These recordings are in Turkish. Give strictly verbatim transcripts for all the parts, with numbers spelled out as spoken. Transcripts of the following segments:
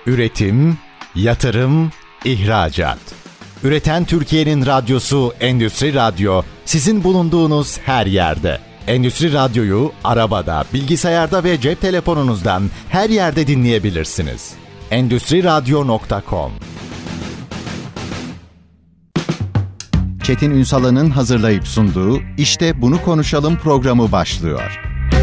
Üretim, yatırım, ihracat. Üreten Türkiye'nin radyosu Endüstri Radyo, sizin bulunduğunuz her yerde. Endüstri Radyo'yu arabada, bilgisayarda ve cep telefonunuzdan her yerde dinleyebilirsiniz. endüstri radyo nokta com. Çetin Ünsal'ın hazırlayıp sunduğu İşte Bunu Konuşalım programı başlıyor.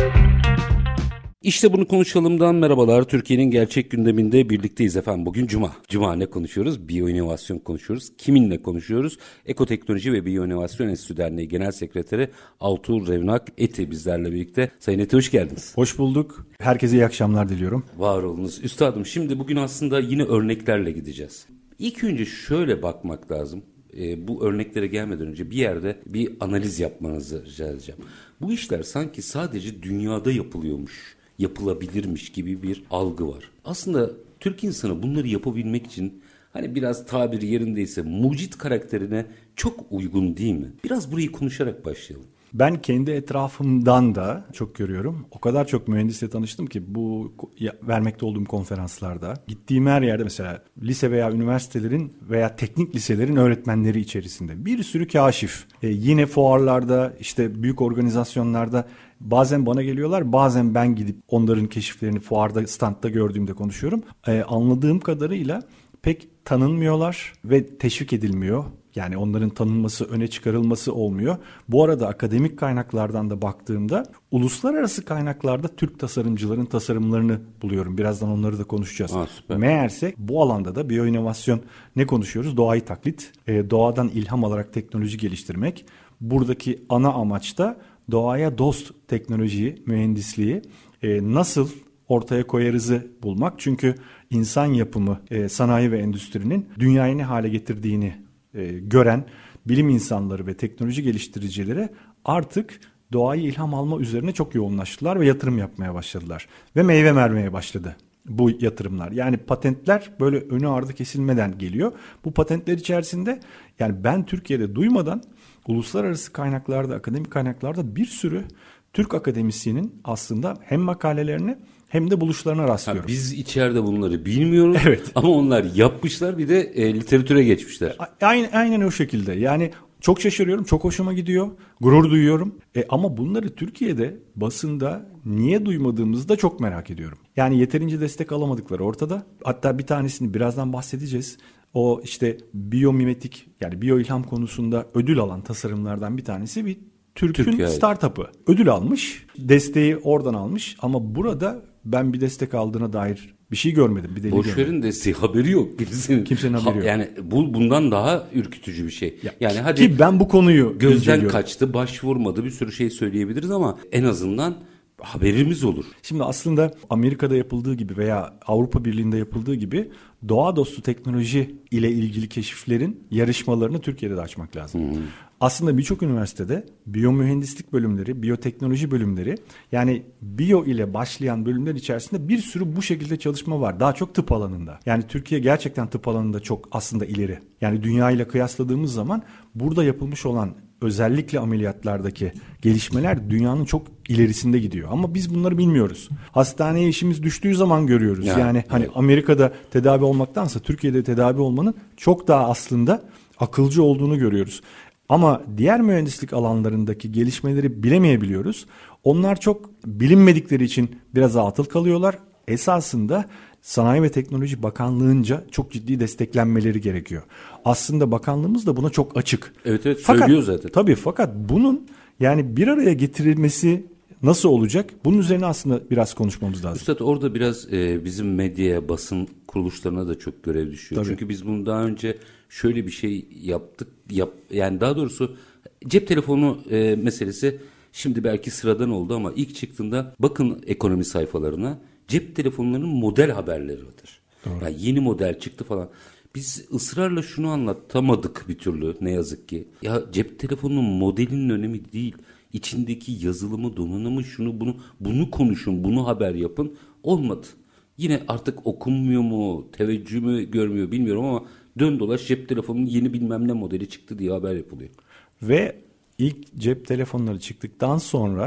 İşte Bunu Konuşalım'dan merhabalar. Türkiye'nin gerçek gündeminde birlikteyiz efendim. Bugün Cuma. Cuma ne konuşuyoruz? Biyoinovasyon konuşuyoruz. Kiminle konuşuyoruz? Ekoteknoloji ve Biyoinovasyon Enstitüsü Derneği Genel Sekreteri Altuğ Revnak Eti bizlerle birlikte. Sayın Eti hoş geldiniz. Hoş bulduk. Herkese iyi akşamlar diliyorum. Var olunuz. Üstadım şimdi bugün aslında yine örneklerle gideceğiz. İlk önce şöyle bakmak lazım. E, bu örneklere gelmeden önce bir yerde bir analiz yapmanızı rica edeceğim. Bu işler sanki sadece dünyada yapılıyormuş, yapılabilirmiş gibi bir algı var. Aslında Türk insanı bunları yapabilmek için hani biraz tabiri yerindeyse mucit karakterine çok uygun değil mi? Biraz burayı konuşarak başlayalım. Ben kendi etrafımdan da çok görüyorum. O kadar çok mühendisle tanıştım ki bu vermekte olduğum konferanslarda, gittiğim her yerde mesela lise veya üniversitelerin veya teknik liselerin öğretmenleri içerisinde bir sürü kaşif. Ee, yine fuarlarda, işte büyük organizasyonlarda bazen bana geliyorlar, bazen ben gidip onların keşiflerini fuarda, standta gördüğümde konuşuyorum. Ee, anladığım kadarıyla pek tanınmıyorlar ve teşvik edilmiyor. Yani onların tanınması, öne çıkarılması olmuyor. Bu arada akademik kaynaklardan da baktığımda uluslararası kaynaklarda Türk tasarımcıların tasarımlarını buluyorum. Birazdan onları da konuşacağız. Ha, Meğerse bu alanda da biyoinovasyon ne konuşuyoruz? Doğayı taklit, e, doğadan ilham alarak teknoloji geliştirmek. Buradaki ana amaç da doğaya dost teknolojiyi, mühendisliği e, nasıl ortaya koyarızı bulmak. Çünkü insan yapımı, e, sanayi ve endüstrinin dünyayı ne hale getirdiğini e, gören bilim insanları ve teknoloji geliştiricileri artık doğayı ilham alma üzerine çok yoğunlaştılar ve yatırım yapmaya başladılar. Ve meyve vermeye başladı bu yatırımlar. Yani patentler böyle önü ardı kesilmeden geliyor. Bu patentler içerisinde yani ben Türkiye'de duymadan uluslararası kaynaklarda, akademik kaynaklarda bir sürü Türk akademisyenin aslında hem makalelerine hem de buluşlarına rastlıyoruz. Ha, biz içeride bunları bilmiyoruz, evet. Ama onlar yapmışlar, bir de e, literatüre geçmişler. Aynen, aynen o şekilde. Yani çok şaşırıyorum, çok hoşuma gidiyor, gurur duyuyorum. E, ama bunları Türkiye'de basında niye duymadığımızı da çok merak ediyorum. Yani yeterince destek alamadıkları ortada. Hatta bir tanesini birazdan bahsedeceğiz. O işte biyomimetik, yani biyoilham konusunda ödül alan tasarımlardan bir tanesi bir Türk'ün Türkiye startup'ı. Ödül almış, desteği oradan almış ama burada ben bir destek aldığına dair bir şey görmedim. Bir Boşver'in desteği, haberi yok birisinin. Kimsenin haberi yok. Yani bu bundan daha ürkütücü bir şey. Ya, yani hadi ki ben bu konuyu gözden kaçtı, başvurmadı, bir sürü şey söyleyebiliriz ama en azından haberimiz olur. Şimdi aslında Amerika'da yapıldığı gibi veya Avrupa Birliği'nde yapıldığı gibi doğa dostu teknoloji ile ilgili keşiflerin yarışmalarını Türkiye'de de açmak lazım. Hı hı. Aslında birçok üniversitede biyomühendislik bölümleri, biyoteknoloji bölümleri, yani biyo ile başlayan bölümler içerisinde bir sürü bu şekilde çalışma var. Daha çok tıp alanında. Yani Türkiye gerçekten tıp alanında çok aslında ileri. Yani dünya ile kıyasladığımız zaman burada yapılmış olan özellikle ameliyatlardaki gelişmeler dünyanın çok ilerisinde gidiyor. Ama biz bunları bilmiyoruz. Hastaneye işimiz düştüğü zaman görüyoruz. Yani, yani hani evet. Amerika'da tedavi olmaktansa Türkiye'de tedavi olmanın çok daha aslında akılcı olduğunu görüyoruz. Ama diğer mühendislik alanlarındaki gelişmeleri bilemeyebiliyoruz. Onlar çok bilinmedikleri için biraz atıl kalıyorlar. Esasında Sanayi ve Teknoloji Bakanlığı'nca çok ciddi desteklenmeleri gerekiyor. Aslında bakanlığımız da buna çok açık. Evet evet fakat, söylüyor zaten. Tabii fakat bunun yani bir araya getirilmesi nasıl olacak? Bunun üzerine aslında biraz konuşmamız lazım. Üstad orada biraz e, bizim medyaya, basın kuruluşlarına da çok görev düşüyor. Tabii. Çünkü biz bunu daha önce şöyle bir şey yaptık. Yap, yani daha doğrusu cep telefonu e, meselesi şimdi belki sıradan oldu ama ilk çıktığında bakın ekonomi sayfalarına cep telefonlarının model haberleri vardır. Yani yeni model çıktı falan. Biz ısrarla şunu anlatamadık bir türlü ne yazık ki. Ya cep telefonunun modelinin önemi değil. İçindeki yazılımı, donanımı, şunu bunu bunu konuşun, bunu haber yapın. Olmadı. Yine artık okunmuyor mu, teveccüh mü görmüyor bilmiyorum ama dön dolaş cep telefonunun yeni bilmem ne modeli çıktı diye haber yapılıyor. Ve ilk cep telefonları çıktıktan sonra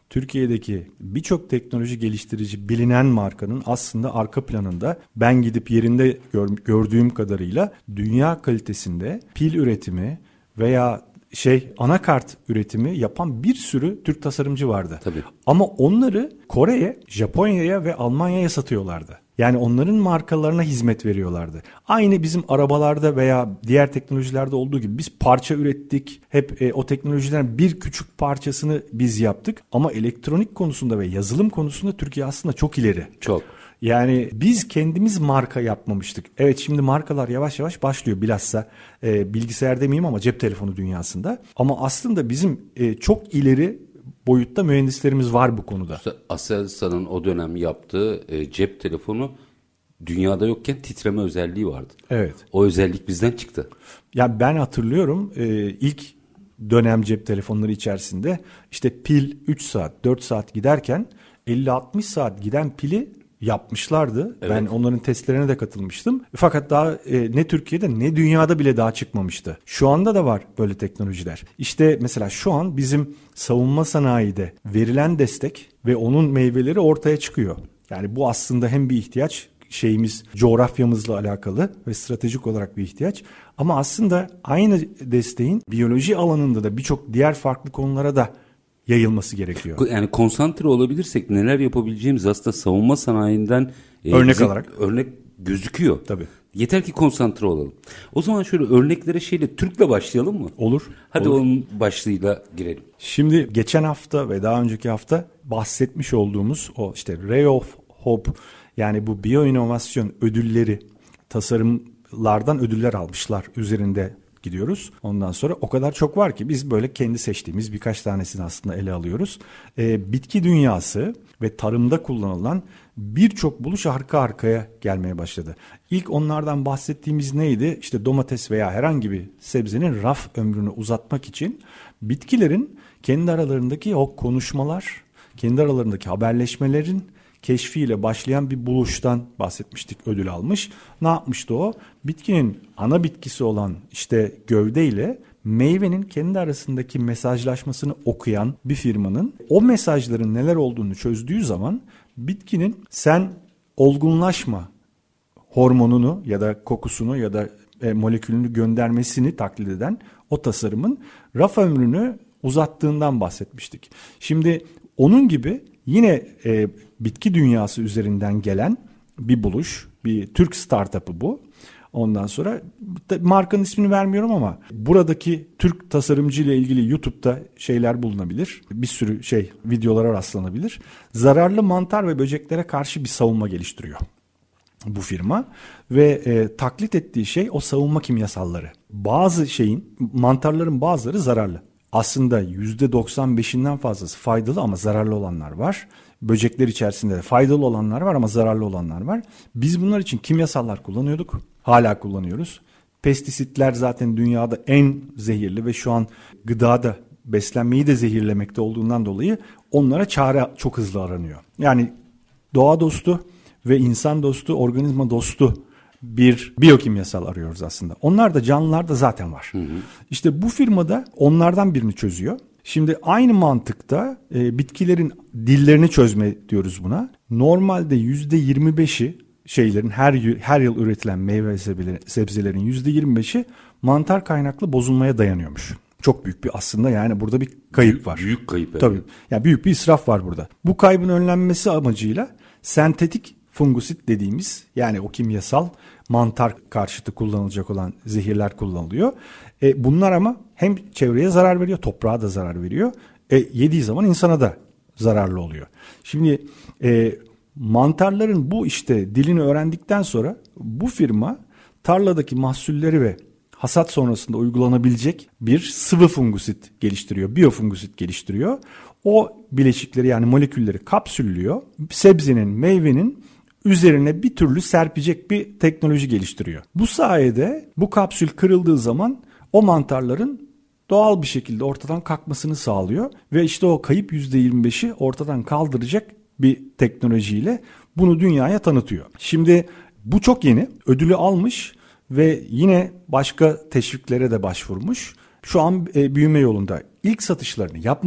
Türkiye'deki birçok teknoloji geliştirici bilinen markanın aslında arka planında ben gidip yerinde gör, gördüğüm kadarıyla dünya kalitesinde pil üretimi veya şey anakart üretimi yapan bir sürü Türk tasarımcı vardı. Tabii. Ama onları Kore'ye, Japonya'ya ve Almanya'ya satıyorlardı. Yani onların markalarına hizmet veriyorlardı. Aynı bizim arabalarda veya diğer teknolojilerde olduğu gibi biz parça ürettik. Hep e, o teknolojilerin bir küçük parçasını biz yaptık. Ama elektronik konusunda ve yazılım konusunda Türkiye aslında çok ileri. Çok. Yani biz kendimiz marka yapmamıştık. Evet, şimdi markalar yavaş yavaş başlıyor bilhassa e, bilgisayar demeyeyim ama cep telefonu dünyasında. Ama aslında bizim e, çok ileri boyutta mühendislerimiz var bu konuda. Aselsan'ın o dönem yaptığı e, cep telefonu dünyada yokken titreme özelliği vardı. Evet. O özellik bizden çıktı. Ya ben hatırlıyorum e, ilk dönem cep telefonları içerisinde işte pil üç saat dört saat giderken elli altmış saat giden pili yapmışlardı. Evet. Ben onların testlerine de katılmıştım. Fakat daha e, ne Türkiye'de ne dünyada bile daha çıkmamıştı. Şu anda da var böyle teknolojiler. İşte mesela şu an bizim savunma sanayide verilen destek ve onun meyveleri ortaya çıkıyor. Yani bu aslında hem bir ihtiyaç, şeyimiz coğrafyamızla alakalı ve stratejik olarak bir ihtiyaç. Ama aslında aynı desteğin biyoloji alanında da birçok diğer farklı konulara da yayılması gerekiyor. Yani konsantre olabilirsek neler yapabileceğimiz aslında savunma sanayinden e, örnek alarak örnek gözüküyor. Tabii. Yeter ki konsantre olalım. O zaman şöyle örneklere şeyle Türk'le başlayalım mı? Olur. Hadi olur. onun başlığıyla girelim. Şimdi geçen hafta ve daha önceki hafta bahsetmiş olduğumuz o işte Ray of Hope, yani bu biyoinovasyon ödülleri, tasarımlardan ödüller almışlar üzerinde gidiyoruz. Ondan sonra o kadar çok var ki biz böyle kendi seçtiğimiz birkaç tanesini aslında ele alıyoruz. Ee, bitki dünyası ve tarımda kullanılan birçok buluş arka arkaya gelmeye başladı. İlk onlardan bahsettiğimiz neydi? İşte domates veya herhangi bir sebzenin raf ömrünü uzatmak için bitkilerin kendi aralarındaki o konuşmalar, kendi aralarındaki haberleşmelerin keşfiyle başlayan bir buluştan bahsetmiştik, ödül almış. Ne yapmıştı o? Bitkinin ana bitkisi olan işte gövde ile meyvenin kendi arasındaki mesajlaşmasını okuyan bir firmanın o mesajların neler olduğunu çözdüğü zaman bitkinin sen olgunlaşma hormonunu ya da kokusunu ya da e, molekülünü göndermesini taklit eden o tasarımın raf ömrünü uzattığından bahsetmiştik. Şimdi onun gibi yine e, bitki dünyası üzerinden gelen bir buluş, bir Türk startup'ı bu. Ondan sonra markanın ismini vermiyorum ama buradaki Türk tasarımcı ile ilgili YouTube'da şeyler bulunabilir. Bir sürü şey, videolara rastlanabilir. Zararlı mantar ve böceklere karşı bir savunma geliştiriyor bu firma ve e, taklit ettiği şey o savunma kimyasalları. Bazı şeyin, mantarların bazıları zararlı. Aslında yüzde doksan beşinden fazlası faydalı ama zararlı olanlar var. Böcekler içerisinde de faydalı olanlar var ama zararlı olanlar var. Biz bunlar için kimyasallar kullanıyorduk. Hala kullanıyoruz. Pestisitler zaten dünyada en zehirli ve şu an gıdada beslenmeyi de zehirlemekte olduğundan dolayı onlara çare çok hızlı aranıyor. Yani doğa dostu ve insan dostu, organizma dostu bir biyokimyasal arıyoruz aslında. Onlar da canlılarda zaten var. Hı hı. İşte bu firmada onlardan birini çözüyor. Şimdi aynı mantıkta e, bitkilerin dillerini çözme diyoruz buna. Normalde yüzde yirmi beşi şeylerin her her yıl üretilen meyve ve sebzelerin yüzde yirmi beşi mantar kaynaklı bozulmaya dayanıyormuş. Çok büyük bir aslında, yani burada bir kayıp büyük, var. Büyük kayıp. Yani. Tabii. Yani büyük bir israf var burada. Bu kaybın önlenmesi amacıyla sentetik fungisit dediğimiz, yani o kimyasal mantar karşıtı kullanılacak olan zehirler kullanılıyor. E, bunlar ama hem çevreye zarar veriyor, toprağa da zarar veriyor. E, yediği zaman insana da zararlı oluyor. Şimdi e, mantarların bu işte dilini öğrendikten sonra bu firma tarladaki mahsulleri ve hasat sonrasında uygulanabilecek bir sıvı fungisit geliştiriyor, biyofungisit geliştiriyor. O bileşikleri, yani molekülleri kapsüllüyor. Sebzenin, meyvenin üzerine bir türlü serpecek bir teknoloji geliştiriyor. Bu sayede bu kapsül kırıldığı zaman o mantarların doğal bir şekilde ortadan kalkmasını sağlıyor ve işte o kayıp yüzde yirmi beşi ortadan kaldıracak bir teknolojiyle bunu dünyaya tanıtıyor. Şimdi bu çok yeni, ödülü almış ve yine başka teşviklere de başvurmuş. Şu an e, büyüme yolunda. İlk satışlarını yapmış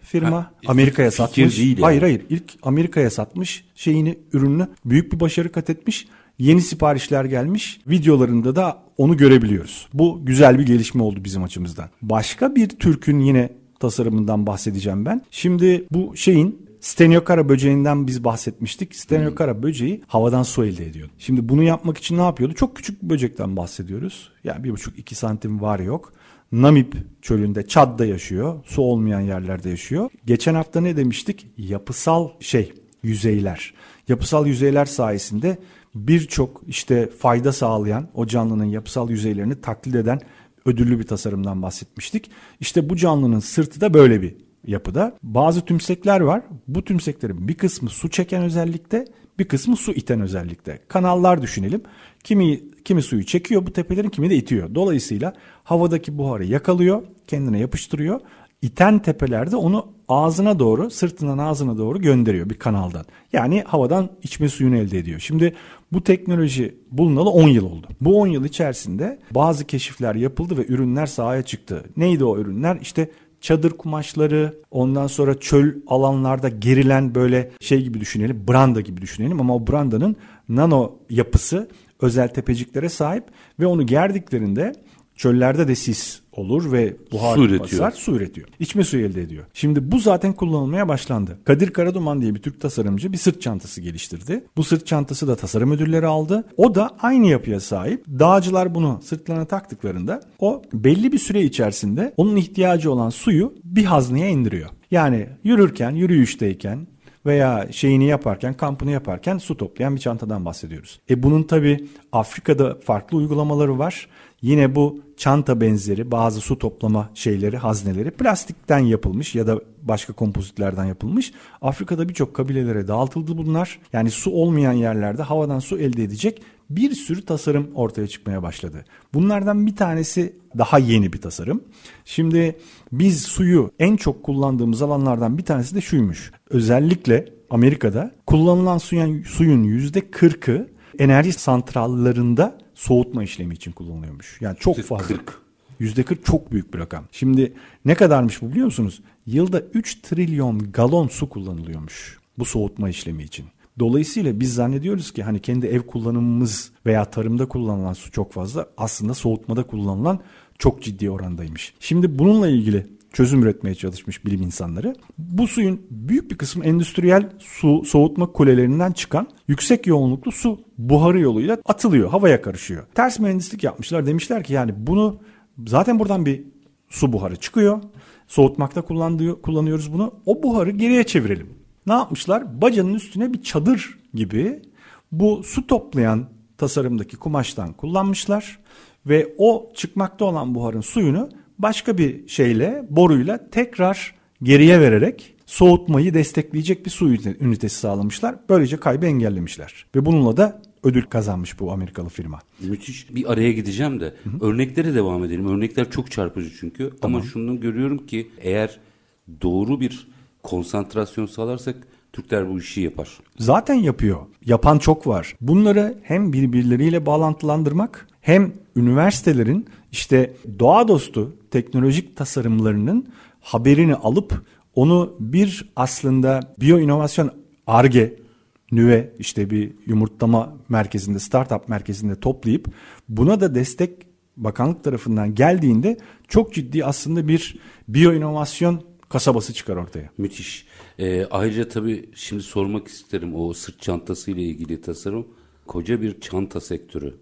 firma. Ha, Amerika'ya fikir satmış. değil yani. Hayır hayır. İlk Amerika'ya satmış şeyini, ürününü. Büyük bir başarı kat etmiş. Yeni siparişler gelmiş. Videolarında da onu görebiliyoruz. Bu güzel bir gelişme oldu bizim açımızdan. Başka bir Türk'ün yine tasarımından bahsedeceğim ben. Şimdi bu şeyin Steniokara böceğinden biz bahsetmiştik. Steniokara hmm. böceği havadan su elde ediyor. Şimdi bunu yapmak için ne yapıyordu? Çok küçük bir böcekten bahsediyoruz. Yani bir buçuk iki santim var yok. Namib çölünde, Çad'da yaşıyor. Su olmayan yerlerde yaşıyor. Geçen hafta ne demiştik? Yapısal şey, yüzeyler. Yapısal yüzeyler sayesinde birçok işte fayda sağlayan o canlının yapısal yüzeylerini taklit eden ödüllü bir tasarımdan bahsetmiştik. İşte bu canlının sırtı da böyle bir yapıda. Bazı tümsekler var. Bu tümseklerin bir kısmı su çeken özellikte, bir kısmı su iten özellikte. Kanallar düşünelim. Kimi kimi suyu çekiyor bu tepelerin, kimi de itiyor. Dolayısıyla havadaki buharı yakalıyor, kendine yapıştırıyor. İten tepelerde onu ağzına doğru, sırtından ağzına doğru gönderiyor bir kanaldan. Yani havadan içme suyunu elde ediyor. Şimdi bu teknoloji bulunalı on yıl oldu. Bu on yıl içerisinde bazı keşifler yapıldı ve ürünler sahaya çıktı. Neydi o ürünler? İşte çadır kumaşları, ondan sonra çöl alanlarda gerilen böyle şey gibi düşünelim, branda gibi düşünelim ama o brandanın nano yapısı özel tepeciklere sahip ve onu gerdiklerinde çöllerde de sis olur ve buhar su basar, su üretiyor. İçme suyu elde ediyor. Şimdi bu zaten kullanılmaya başlandı. Kadir Karaduman diye bir Türk tasarımcı bir sırt çantası geliştirdi. Bu sırt çantası da tasarım ödülleri aldı. O da aynı yapıya sahip. Dağcılar bunu sırtlarına taktıklarında o belli bir süre içerisinde onun ihtiyacı olan suyu bir hazneye indiriyor. Yani yürürken, yürüyüşteyken veya şeyini yaparken, kampını yaparken su toplayan bir çantadan bahsediyoruz. E bunun tabii Afrika'da farklı uygulamaları var. Yine bu çanta benzeri bazı su toplama şeyleri, hazneleri plastikten yapılmış ya da başka kompozitlerden yapılmış. Afrika'da birçok kabilelere dağıtıldı bunlar. Yani su olmayan yerlerde havadan su elde edecek bir sürü tasarım ortaya çıkmaya başladı. Bunlardan bir tanesi daha yeni bir tasarım. Şimdi biz suyu en çok kullandığımız alanlardan bir tanesi de şuymuş. Özellikle Amerika'da kullanılan suyun, suyun yüzde kırkı enerji santrallarında soğutma işlemi için kullanılıyormuş. Yani çok fazla. yüzde kırk çok büyük bir rakam. Şimdi ne kadarmış bu biliyor musunuz? Yılda üç trilyon galon su kullanılıyormuş bu soğutma işlemi için. Dolayısıyla biz zannediyoruz ki hani kendi ev kullanımımız veya tarımda kullanılan su çok fazla. Aslında soğutmada kullanılan çok ciddi orandaymış. Şimdi bununla ilgili çözüm üretmeye çalışmış bilim insanları. Bu suyun büyük bir kısmı endüstriyel su soğutma kulelerinden çıkan yüksek yoğunluklu su buharı yoluyla atılıyor, havaya karışıyor. Ters mühendislik yapmışlar. Demişler ki yani bunu zaten buradan bir su buharı çıkıyor. Soğutmakta kullanıyoruz bunu. O buharı geriye çevirelim. Ne yapmışlar? Bacanın üstüne bir çadır gibi bu su toplayan tasarımdaki kumaştan kullanmışlar ve o çıkmakta olan buharın suyunu başka bir şeyle, boruyla tekrar geriye vererek soğutmayı destekleyecek bir su ünitesi sağlamışlar. Böylece kaybı engellemişler. Ve bununla da ödül kazanmış bu Amerikalı firma. Müthiş. Bir araya gideceğim de hı hı. örneklere devam edelim. Örnekler çok çarpıcı çünkü. Tamam. Ama şunu görüyorum ki eğer doğru bir konsantrasyon sağlarsak Türkler bu işi yapar. Zaten yapıyor. Yapan çok var. Bunları hem birbirleriyle bağlantılandırmak hem üniversitelerin işte doğa dostu teknolojik tasarımlarının haberini alıp onu bir aslında biyoinovasyon Ar-Ge, nüve işte bir yumurtlama merkezinde, startup merkezinde toplayıp buna da destek bakanlık tarafından geldiğinde çok ciddi aslında bir biyoinovasyon kasabası çıkar ortaya. Müthiş. Ee, ayrıca tabii şimdi sormak isterim o sırt çantası ile ilgili tasarım. Koca bir çanta sektörü.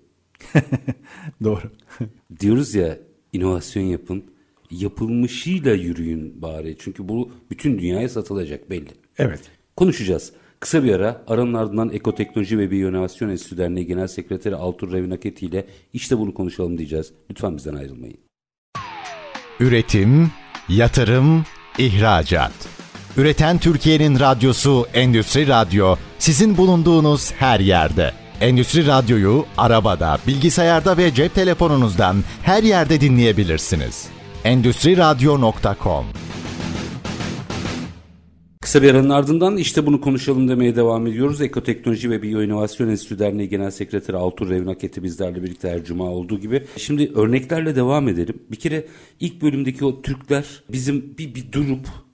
Doğru. Diyoruz ya inovasyon yapın, yapılmışıyla yürüyün bari. Çünkü bu bütün dünyaya satılacak belli. Evet. Konuşacağız. Kısa bir ara, aranın ardından Ekoteknoloji ve Biyoinovasyon Enstitüsü Derneği Genel Sekreteri Altur Revinaketi ile işte bunu konuşalım diyeceğiz. Lütfen bizden ayrılmayın. Üretim, yatırım, ihracat. Üreten Türkiye'nin radyosu Endüstri Radyo, sizin bulunduğunuz her yerde. Endüstri Radyo'yu arabada, bilgisayarda ve cep telefonunuzdan her yerde dinleyebilirsiniz. endüstri radyo nokta com. Kısa bir aranın ardından işte bunu konuşalım demeye devam ediyoruz. Ekoteknoloji ve Biyoinovasyon Enstitüsü Derneği Genel Sekreteri Altur Revinaketi bizlerle birlikte her cuma olduğu gibi. Şimdi örneklerle devam edelim. Bir kere ilk bölümdeki o Türkler bizim bir, bir durup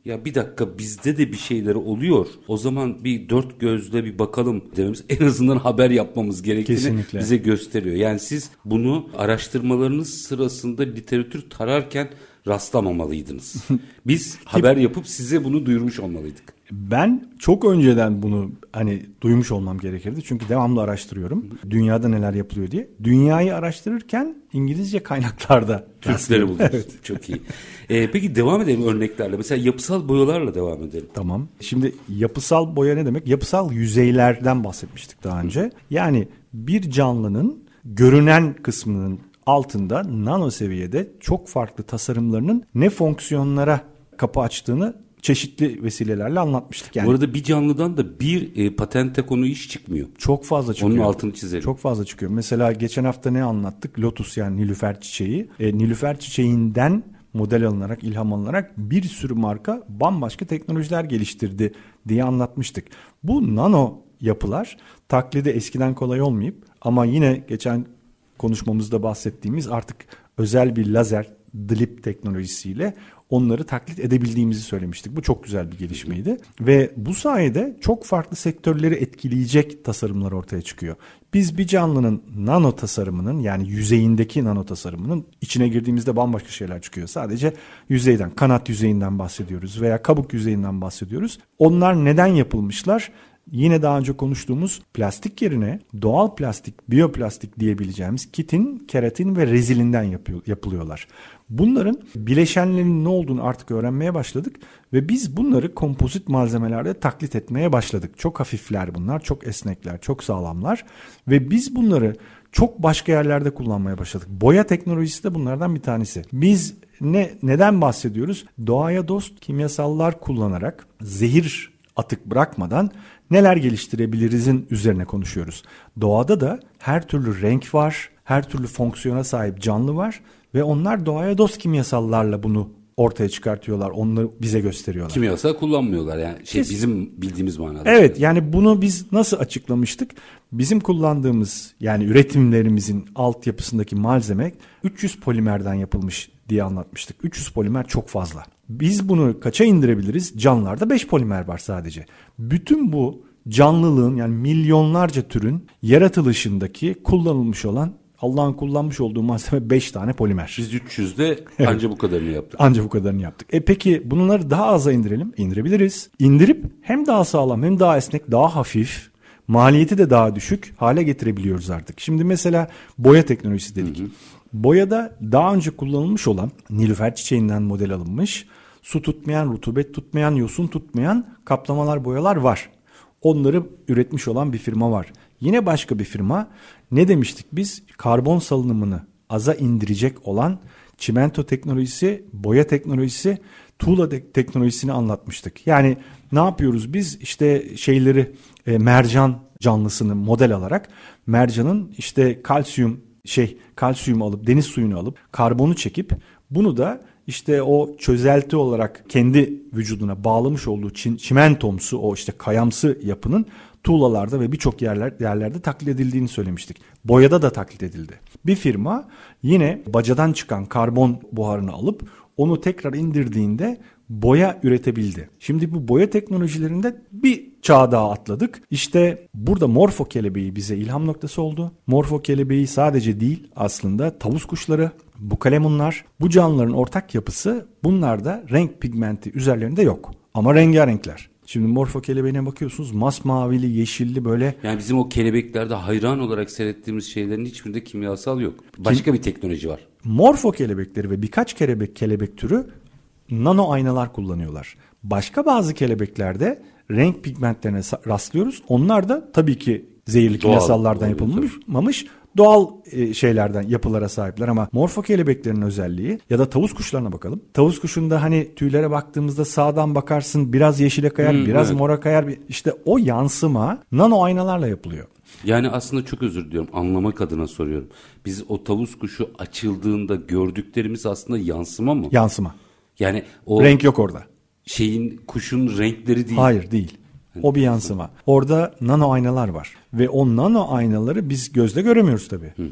ya bir dakika bizde de bir şeyleri oluyor. O zaman bir dört gözle bir bakalım dememiz, en azından haber yapmamız gerektiğini Kesinlikle. bize gösteriyor. Yani siz bunu araştırmalarınız sırasında literatür tararken rastlamamalıydınız. Biz haber yapıp size bunu duyurmuş olmalıydık. Ben çok önceden bunu hani duymuş olmam gerekirdi. Çünkü devamlı araştırıyorum. Dünyada neler yapılıyor diye. Dünyayı araştırırken İngilizce kaynaklarda Türkleri buldunuz. Evet. Çok iyi. Ee, peki devam edelim örneklerle. Mesela yapısal boyalarla devam edelim. Tamam. Şimdi yapısal boya ne demek? Yapısal yüzeylerden bahsetmiştik daha önce. Yani bir canlının görünen kısmının altında nano seviyede çok farklı tasarımlarının ne fonksiyonlara kapı açtığını çeşitli vesilelerle anlatmıştık. Yani. Bu arada bir canlıdan da bir e, patente konu iş çıkmıyor. Çok fazla çıkıyor. Onun altını çizelim. Çok fazla çıkıyor. Mesela geçen hafta ne anlattık? Lotus, yani nilüfer çiçeği. E, nilüfer çiçeğinden model alınarak, ilham alınarak bir sürü marka bambaşka teknolojiler geliştirdi diye anlatmıştık. Bu nano yapılar taklidi eskiden kolay olmayıp ama yine geçen konuşmamızda bahsettiğimiz artık özel bir lazer dlip teknolojisiyle onları taklit edebildiğimizi söylemiştik. Bu çok güzel bir gelişmeydi. Ve bu sayede çok farklı sektörleri etkileyecek tasarımlar ortaya çıkıyor. Biz bir canlının nano tasarımının, yani yüzeyindeki nano tasarımının içine girdiğimizde bambaşka şeyler çıkıyor. Sadece yüzeyden, kanat yüzeyinden bahsediyoruz veya kabuk yüzeyinden bahsediyoruz. Onlar neden yapılmışlar? Yine daha önce konuştuğumuz plastik yerine doğal plastik, biyoplastik diyebileceğimiz kitin, keratin ve rezilinden yapıyor, yapılıyorlar. Bunların bileşenlerinin ne olduğunu artık öğrenmeye başladık ve biz bunları kompozit malzemelerde taklit etmeye başladık. Çok hafifler bunlar, çok esnekler, çok sağlamlar ve biz bunları çok başka yerlerde kullanmaya başladık. Boya teknolojisi de bunlardan bir tanesi. Biz ne neden bahsediyoruz? Doğaya dost kimyasallar kullanarak, zehir atık bırakmadan neler geliştirebilirizin üzerine konuşuyoruz. Doğada da her türlü renk var, her türlü fonksiyona sahip canlı var ve onlar doğaya dost kimyasallarla bunu ortaya çıkartıyorlar. Onları bize gösteriyorlar. Kimyasal kullanmıyorlar yani şey Kesin. Bizim bildiğimiz manada. Evet, yani bunu biz nasıl açıklamıştık? Bizim kullandığımız, yani üretimlerimizin altyapısındaki malzeme üç yüz polimerden yapılmış diye anlatmıştık. üç yüz polimer çok fazla. Biz bunu kaça indirebiliriz? Canlılarda beş polimer var sadece. Bütün bu canlılığın, yani milyonlarca türün yaratılışındaki kullanılmış olan, Allah'ın kullanmış olduğu malzeme beş tane polimer. Biz üç yüzde anca bu kadarını yaptık. Anca bu kadarını yaptık. E peki bunları daha aza indirelim. İndirebiliriz. İndirip hem daha sağlam, hem daha esnek, daha hafif, maliyeti de daha düşük hale getirebiliyoruz artık. Şimdi mesela boya teknolojisi dedik. Hı hı. Boyada daha önce kullanılmış olan nilüfer çiçeğinden model alınmış, su tutmayan, rutubet tutmayan, yosun tutmayan kaplamalar, boyalar var. Onları üretmiş olan bir firma var. Yine başka bir firma, ne demiştik biz? Karbon salınımını aza indirecek olan çimento teknolojisi, boya teknolojisi, tuğla teknolojisini anlatmıştık. Yani ne yapıyoruz biz? İşte şeyleri, e, mercan canlısını model alarak mercanın işte kalsiyum şey kalsiyum alıp, deniz suyunu alıp karbonu çekip bunu da işte o çözelti olarak kendi vücuduna bağlamış olduğu çin, çimentomsu, o işte kayamsı yapının tuğlalarda ve birçok yerler, yerlerde taklit edildiğini söylemiştik. Boyada da taklit edildi. Bir firma yine bacadan çıkan karbon buharını alıp onu tekrar indirdiğinde boya üretebildi. Şimdi bu boya teknolojilerinde bir çağ daha atladık. İşte burada morfo kelebeği bize ilham noktası oldu. Morfo kelebeği sadece değil, aslında tavus kuşları, bukalemunlar, bu canlıların ortak yapısı, bunlarda renk pigmenti üzerlerinde yok. Ama rengarenkler. Şimdi morfo kelebeğine bakıyorsunuz, masmavili, yeşilli böyle. Yani bizim o kelebeklerde hayran olarak seyrettiğimiz şeylerin hiçbirinde kimyasal yok. Başka Kim? bir teknoloji var. Morfo kelebekleri ve birkaç kelebek kelebek türü nano aynalar kullanıyorlar. Başka bazı kelebeklerde renk pigmentlerine rastlıyoruz. Onlar da tabii ki zehirli kimyasallardan yapılmamış, doğal şeylerden, yapılara sahipler. Ama morfo kelebeklerin özelliği, ya da tavus kuşlarına bakalım. Tavus kuşunda hani tüylere baktığımızda sağdan bakarsın biraz yeşile kayar, hmm, biraz evet. mora kayar. İşte o yansıma nano aynalarla yapılıyor. Yani aslında çok özür diliyorum, anlamak adına soruyorum. Biz o tavus kuşu açıldığında gördüklerimiz aslında yansıma mı? Yansıma. Yani o renk yok orada. Şeyin, kuşun renkleri değil. Hayır, değil. O bir yansıma. Orada nano aynalar var. Ve o nano aynaları biz gözle göremiyoruz tabii. Hı hı.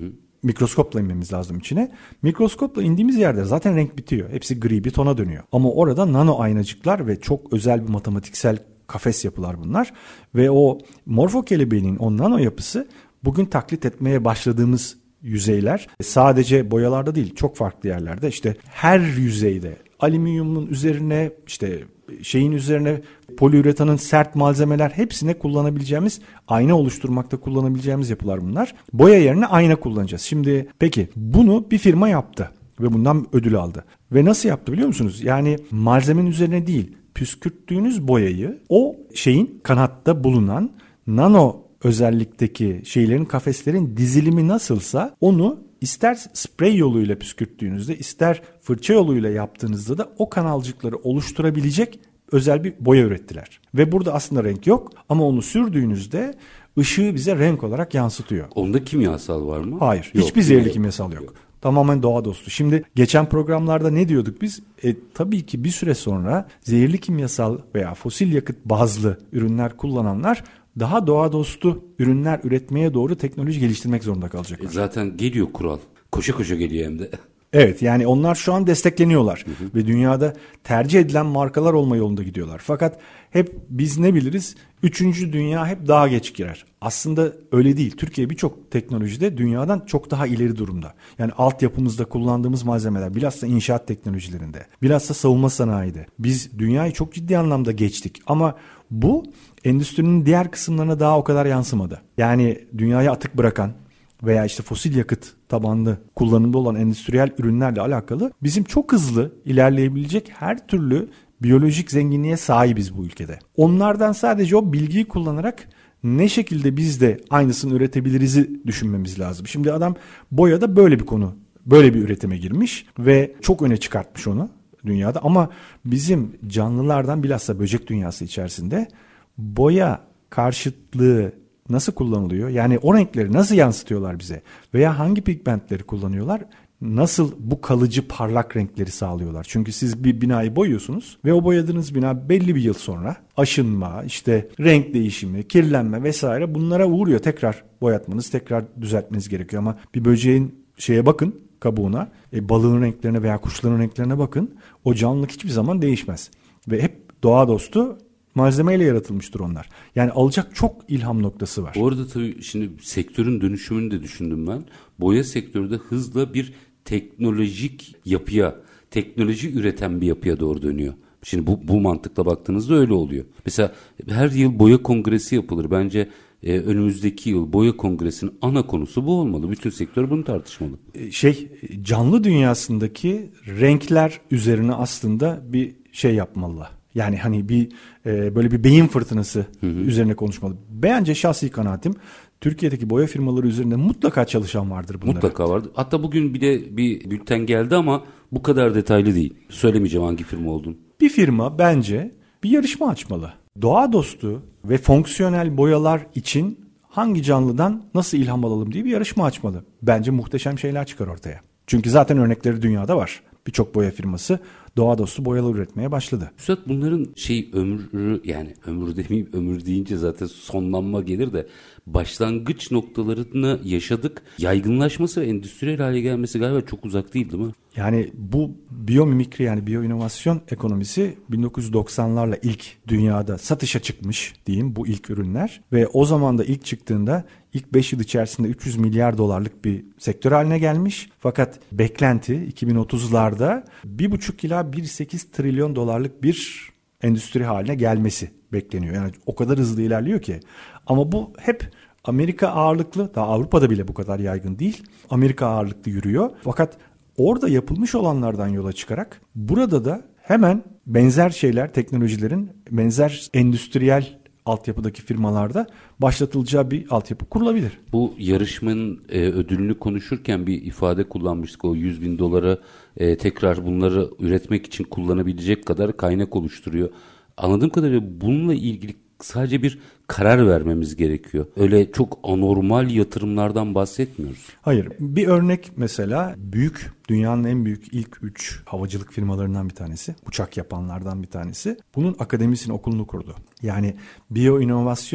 mikroskopla inmemiz lazım içine. Mikroskopla indiğimiz yerde zaten renk bitiyor. Hepsi gri bir tona dönüyor. Ama orada nano aynacıklar ve çok özel bir matematiksel kafes yapılar bunlar. Ve o morfo kelebeğinin o nano yapısı bugün taklit etmeye başladığımız yüzeyler. Sadece boyalarda değil, çok farklı yerlerde. İşte her yüzeyde alüminyumun üzerine, işte şeyin üzerine poliüretanın sert malzemeler, hepsine kullanabileceğimiz, ayna oluşturmakta kullanabileceğimiz yapılar bunlar. Boya yerine ayna kullanacağız. Şimdi peki bunu bir firma yaptı ve bundan ödül aldı. Ve nasıl yaptı biliyor musunuz? Yani malzemenin üzerine değil, püskürttüğünüz boyayı o şeyin kanatta bulunan nano özellikteki şeylerin, kafeslerin dizilimi nasılsa onu ister sprey yoluyla püskürttüğünüzde, ister fırça yoluyla yaptığınızda da o kanalcıkları oluşturabilecek özel bir boya ürettiler. Ve burada aslında renk yok ama onu sürdüğünüzde ışığı bize renk olarak yansıtıyor. Onda kimyasal var mı? Hayır. Yok, hiçbir zehirli yok, kimyasal yok. yok. Tamamen doğa dostu. Şimdi geçen programlarda ne diyorduk biz? E, tabii ki bir süre sonra zehirli kimyasal veya fosil yakıt bazlı ürünler kullananlar daha doğa dostu ürünler üretmeye doğru teknoloji geliştirmek zorunda kalacaklar. E zaten geliyor kural. Koşa koşa geliyor hem de. Evet, yani onlar şu an destekleniyorlar. Hı hı. Ve dünyada tercih edilen markalar olma yolunda gidiyorlar. Fakat hep biz ne biliriz? Üçüncü dünya hep daha geç girer. Aslında öyle değil. Türkiye birçok teknolojide dünyadan çok daha ileri durumda. Yani altyapımızda kullandığımız malzemeler, bilhassa inşaat teknolojilerinde, bilhassa savunma sanayide. Biz dünyayı çok ciddi anlamda geçtik. Ama bu endüstrinin diğer kısımlarına daha o kadar yansımadı. Yani dünyaya atık bırakan veya işte fosil yakıt tabanlı kullanımda olan endüstriyel ürünlerle alakalı bizim çok hızlı ilerleyebilecek her türlü biyolojik zenginliğe sahibiz bu ülkede. Onlardan sadece o bilgiyi kullanarak ne şekilde biz de aynısını üretebiliriz'i düşünmemiz lazım. Şimdi adam boyada böyle bir konu, böyle bir üretime girmiş ve çok öne çıkartmış onu dünyada. Ama bizim canlılardan, bilhassa böcek dünyası içerisinde boya karşıtlığı nasıl kullanılıyor? Yani o renkleri nasıl yansıtıyorlar bize? Veya hangi pigmentleri kullanıyorlar? Nasıl bu kalıcı parlak renkleri sağlıyorlar? Çünkü siz bir binayı boyuyorsunuz ve o boyadığınız bina belli bir yıl sonra aşınma, işte renk değişimi, kirlenme vesaire bunlara uğruyor. Tekrar boyatmanız, tekrar düzeltmeniz gerekiyor. Ama bir böceğin şeye bakın, kabuğuna, e, balığın renklerine veya kuşların renklerine bakın. O canlılık hiçbir zaman değişmez. Ve hep doğa dostu malzemeyle yaratılmıştır onlar. Yani alacak çok ilham noktası var. Bu arada tabii şimdi sektörün dönüşümünü de düşündüm ben. Boya sektörü de hızla bir teknolojik yapıya, teknoloji üreten bir yapıya doğru dönüyor. Şimdi bu, bu mantıkla baktığınızda öyle oluyor. Mesela her yıl boya kongresi yapılır. Bence e, önümüzdeki yıl boya kongresinin ana konusu bu olmalı. Bütün sektör bunu tartışmalı. Şey, canlı dünyasındaki renkler üzerine aslında bir şey yapmalı. Yani hani bir e, böyle bir beyin fırtınası hı hı. üzerine konuşmalı. Bence şahsi kanaatim, Türkiye'deki boya firmaları üzerinde mutlaka çalışan vardır bunlara. Mutlaka vardır. Hatta bugün bir de bir bülten geldi ama bu kadar detaylı değil. Söylemeyeceğim hangi firma olduğunu. Bir firma bence bir yarışma açmalı. Doğa dostu ve fonksiyonel boyalar için hangi canlıdan nasıl ilham alalım diye bir yarışma açmalı. Bence muhteşem şeyler çıkar ortaya. Çünkü zaten örnekleri dünyada var. Birçok boya firması doğa dostu boyalar üretmeye başladı. Üstad, bunların şey ömrü, yani ömür demeyeyim, ömür deyince zaten sonlanma gelir de başlangıç noktalarını yaşadık. Yaygınlaşması ve endüstriyel hale gelmesi galiba çok uzak değil, değil mi? Yani bu biyomimikri, yani biyoinovasyon ekonomisi bin dokuz yüz doksanlarla ilk dünyada satışa çıkmış diyeyim bu ilk ürünler. Ve o zaman da ilk çıktığında ilk beş yıl içerisinde üç yüz milyar dolarlık bir sektör haline gelmiş. Fakat beklenti iki bin otuzlarda bir buçuk ila bir virgül sekiz trilyon dolarlık bir endüstri haline gelmesi bekleniyor. Yani o kadar hızlı ilerliyor ki. Ama bu hep Amerika ağırlıklı, daha Avrupa'da bile bu kadar yaygın değil. Amerika ağırlıklı yürüyor. Fakat orada yapılmış olanlardan yola çıkarak burada da hemen benzer şeyler, teknolojilerin benzer endüstriyel altyapıdaki firmalarda başlatılacağı bir altyapı kurulabilir. Bu yarışmanın e, ödülünü konuşurken bir ifade kullanmıştık. O yüz bin dolara e, tekrar bunları üretmek için kullanabilecek kadar kaynak oluşturuyor. Anladığım kadarıyla bununla ilgili sadece bir karar vermemiz gerekiyor. Öyle çok anormal yatırımlardan bahsetmiyoruz. Hayır. Bir örnek mesela büyük, dünyanın en büyük ilk üç havacılık firmalarından bir tanesi. Uçak yapanlardan bir tanesi. Bunun akademisini, okulunu kurdu. Yani biyoinovasyon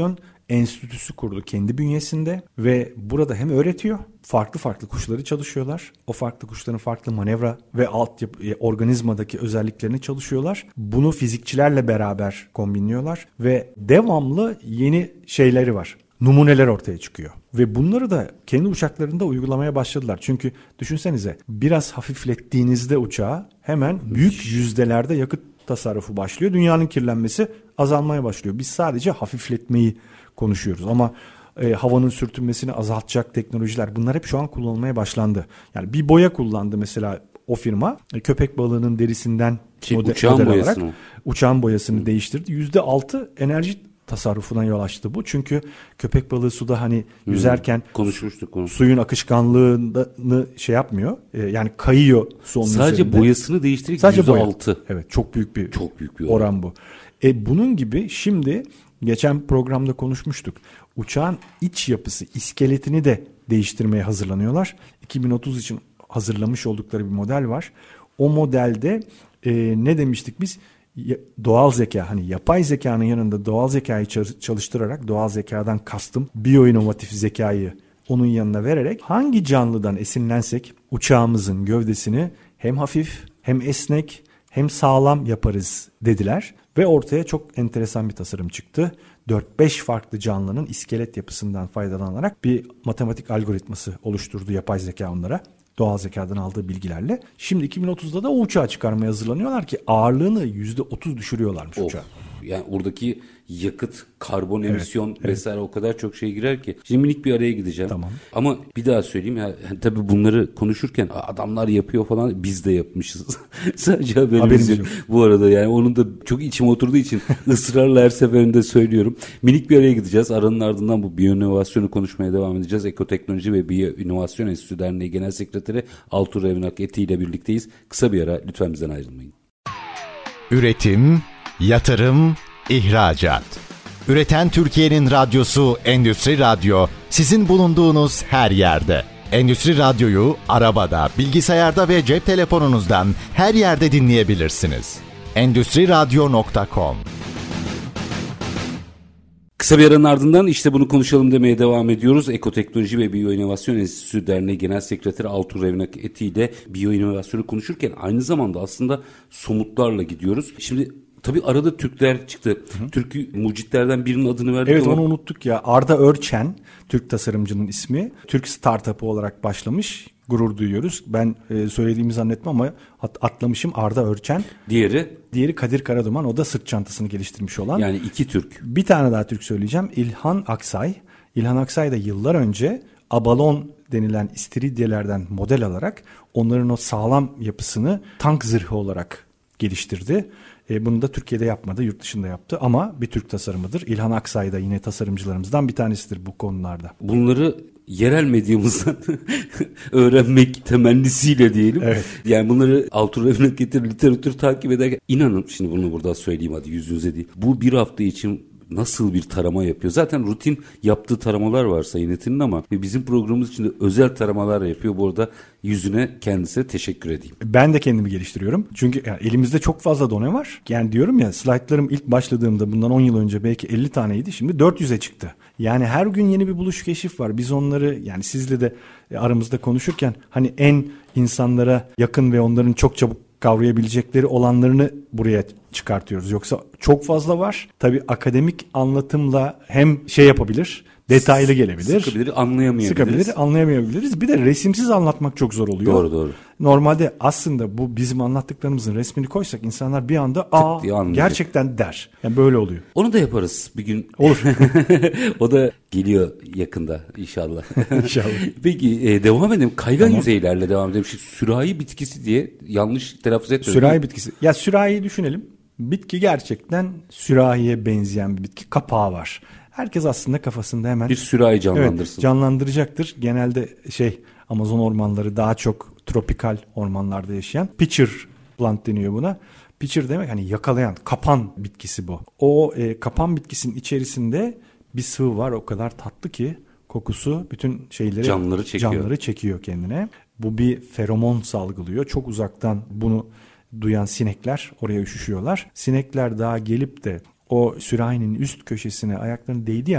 enstitüsü kurdu kendi bünyesinde ve burada hem öğretiyor, farklı farklı kuşları çalışıyorlar. O farklı kuşların farklı manevra ve alt organizmadaki özelliklerini çalışıyorlar. Bunu fizikçilerle beraber kombinliyorlar ve devamlı yeni şeyleri var. Numuneler ortaya çıkıyor. Ve bunları da kendi uçaklarında uygulamaya başladılar. Çünkü düşünsenize, biraz hafiflettiğinizde uçağı hemen büyük yüzdelerde yakıt tasarrufu başlıyor. Dünyanın kirlenmesi azalmaya başlıyor. Biz sadece hafifletmeyi konuşuyoruz ama e, havanın sürtünmesini azaltacak teknolojiler, bunlar hep şu an kullanılmaya başlandı. Yani bir boya kullandı mesela o firma. E, köpek balığının derisinden şey, model, uçağın model boyasını. olarak uçağın boyasını Hı. değiştirdi. yüzde altı enerji tasarrufuna yol açtı bu. Çünkü köpek balığı suda hani hmm. yüzerken konuşmuştuk onu. Suyun akışkanlığını şey yapmıyor. E, yani kayıyor su onun Sadece üzerinde. boyasını değiştirdik yüzde altı. Evet, çok büyük bir çok büyük bir oran, oran bu. E, bunun gibi şimdi geçen programda konuşmuştuk. Uçağın iç yapısı, iskeletini de değiştirmeye hazırlanıyorlar. iki bin otuz için hazırlamış oldukları bir model var. O modelde e, ne demiştik biz? Doğal zeka, hani yapay zekanın yanında doğal zekayı çalıştırarak, doğal zekadan kastım biyoinovatif zekayı onun yanına vererek hangi canlıdan esinlensek uçağımızın gövdesini hem hafif hem esnek hem sağlam yaparız dediler. Ve ortaya çok enteresan bir tasarım çıktı. dört beş farklı canlının iskelet yapısından faydalanarak bir matematik algoritması oluşturdu yapay zeka onlara. Doğal zekadan aldığı bilgilerle. Şimdi iki bin otuzda da o uçağı çıkarmaya hazırlanıyorlar ki ağırlığını yüzde otuz düşürüyorlarmış of. uçağı. Yani oradaki yakıt, karbon emisyon evet, vesaire evet. o kadar çok şey girer ki. Şimdi minik bir araya gideceğim. Tamam. Ama bir daha söyleyeyim ya, tabii bunları konuşurken adamlar yapıyor falan, biz de yapmışız. Sadece haberimiz, haberimiz yok. yok. Bu arada yani onun da çok içime oturduğu için ısrarla her seferinde söylüyorum. Minik bir araya gideceğiz. Aranın ardından bu biyoinovasyonu konuşmaya devam edeceğiz. Ekoteknoloji ve Biyoinovasyon Enstitüsü Derneği Genel Sekreteri Altuğ Revinak Eti ile birlikteyiz. Kısa bir ara, lütfen bizden ayrılmayın. Üretim, yatırım, ihracat. Üreten Türkiye'nin radyosu Endüstri Radyo, sizin bulunduğunuz her yerde. Endüstri Radyo'yu arabada, bilgisayarda ve cep telefonunuzdan her yerde dinleyebilirsiniz. endüstri radyo nokta com. Kısa bir aranın ardından işte bunu konuşalım demeye devam ediyoruz. Ekoteknoloji ve Biyoinovasyon Enstitüsü Derneği Genel Sekreteri Altuğ Revinak Eti ile biyoinovasyonu konuşurken aynı zamanda aslında somutlarla gidiyoruz. Şimdi tabii arada Türkler çıktı. Hı. Türk mucitlerden birinin adını verdik evet, ama... onu unuttuk ya. Arda Örçen, Türk tasarımcının ismi. Türk startup'ı olarak başlamış. Gurur duyuyoruz. Ben e, söylediğimi zannetmem ama at, atlamışım. Arda Örçen. Diğeri? Diğeri Kadir Karaduman. O da sırt çantasını geliştirmiş olan. Yani iki Türk. Bir tane daha Türk söyleyeceğim. İlhan Aksay. İlhan Aksay da yıllar önce Abalon denilen istiridyelerden model alarak onların o sağlam yapısını tank zırhı olarak geliştirdi. E, bunu da Türkiye'de yapmadı, yurt dışında yaptı ama bir Türk tasarımıdır. İlhan Aksay da yine tasarımcılarımızdan bir tanesidir bu konularda. Bunları yerel medyamızdan öğrenmek temennisiyle diyelim. Evet. Yani bunları Altuğ Revinak Eti literatür takip ederken, inanın şimdi bunu burada söyleyeyim hadi yüz yüze değil. Bu bir hafta için nasıl bir tarama yapıyor? Zaten rutin yaptığı taramalar var Sayın Etin'in ama bizim programımız için de özel taramalar yapıyor. Bu arada yüzüne, kendisine teşekkür edeyim. Ben de kendimi geliştiriyorum. Çünkü yani elimizde çok fazla done var. Yani diyorum ya, slaytlarım ilk başladığımda bundan on yıl önce belki elli taneydi. Şimdi dört yüze çıktı. Yani her gün yeni bir buluş, keşif var. Biz onları, yani sizle de aramızda konuşurken hani en insanlara yakın ve onların çok çabuk kavrayabilecekleri olanlarını buraya çıkartıyoruz. Yoksa çok fazla var. Tabii akademik anlatımla hem şey yapabilir, detaylı gelebilir. Sıkabilir, anlayamayabiliriz. Sıkabilir, anlayamayabiliriz. Bir de resimsiz anlatmak çok zor oluyor. Doğru doğru. Normalde aslında bu bizim anlattıklarımızın resmini koysak insanlar bir anda aa gerçekten der. Yani böyle oluyor. Onu da yaparız bir gün. Olur. O da geliyor yakında inşallah. İnşallah. Peki e, devam edelim. Kaygan tamam. yüzeylerle devam edelim. Şimdi sürahi bitkisi diye yanlış telaffuz etmiyorum. Sürahi bitkisi. Ya sürahiyi düşünelim. Bitki gerçekten sürahiye benzeyen bir bitki. Kapağı var. Herkes aslında kafasında hemen bir sürahi canlandırsın. Evet, canlandıracaktır. Genelde şey Amazon ormanları, daha çok tropikal ormanlarda yaşayan pitcher plant deniyor buna. Pitcher demek hani yakalayan, kapan bitkisi bu. O e, kapan bitkisinin içerisinde bir sıvı var, o kadar tatlı ki kokusu bütün şeyleri, canlıları çekiyor. canlıları çekiyor kendine. Bu bir feromon salgılıyor. Çok uzaktan bunu duyan sinekler oraya üşüşüyorlar. Sinekler daha gelip de o sürahinin üst köşesine ayaklarını değdiği anda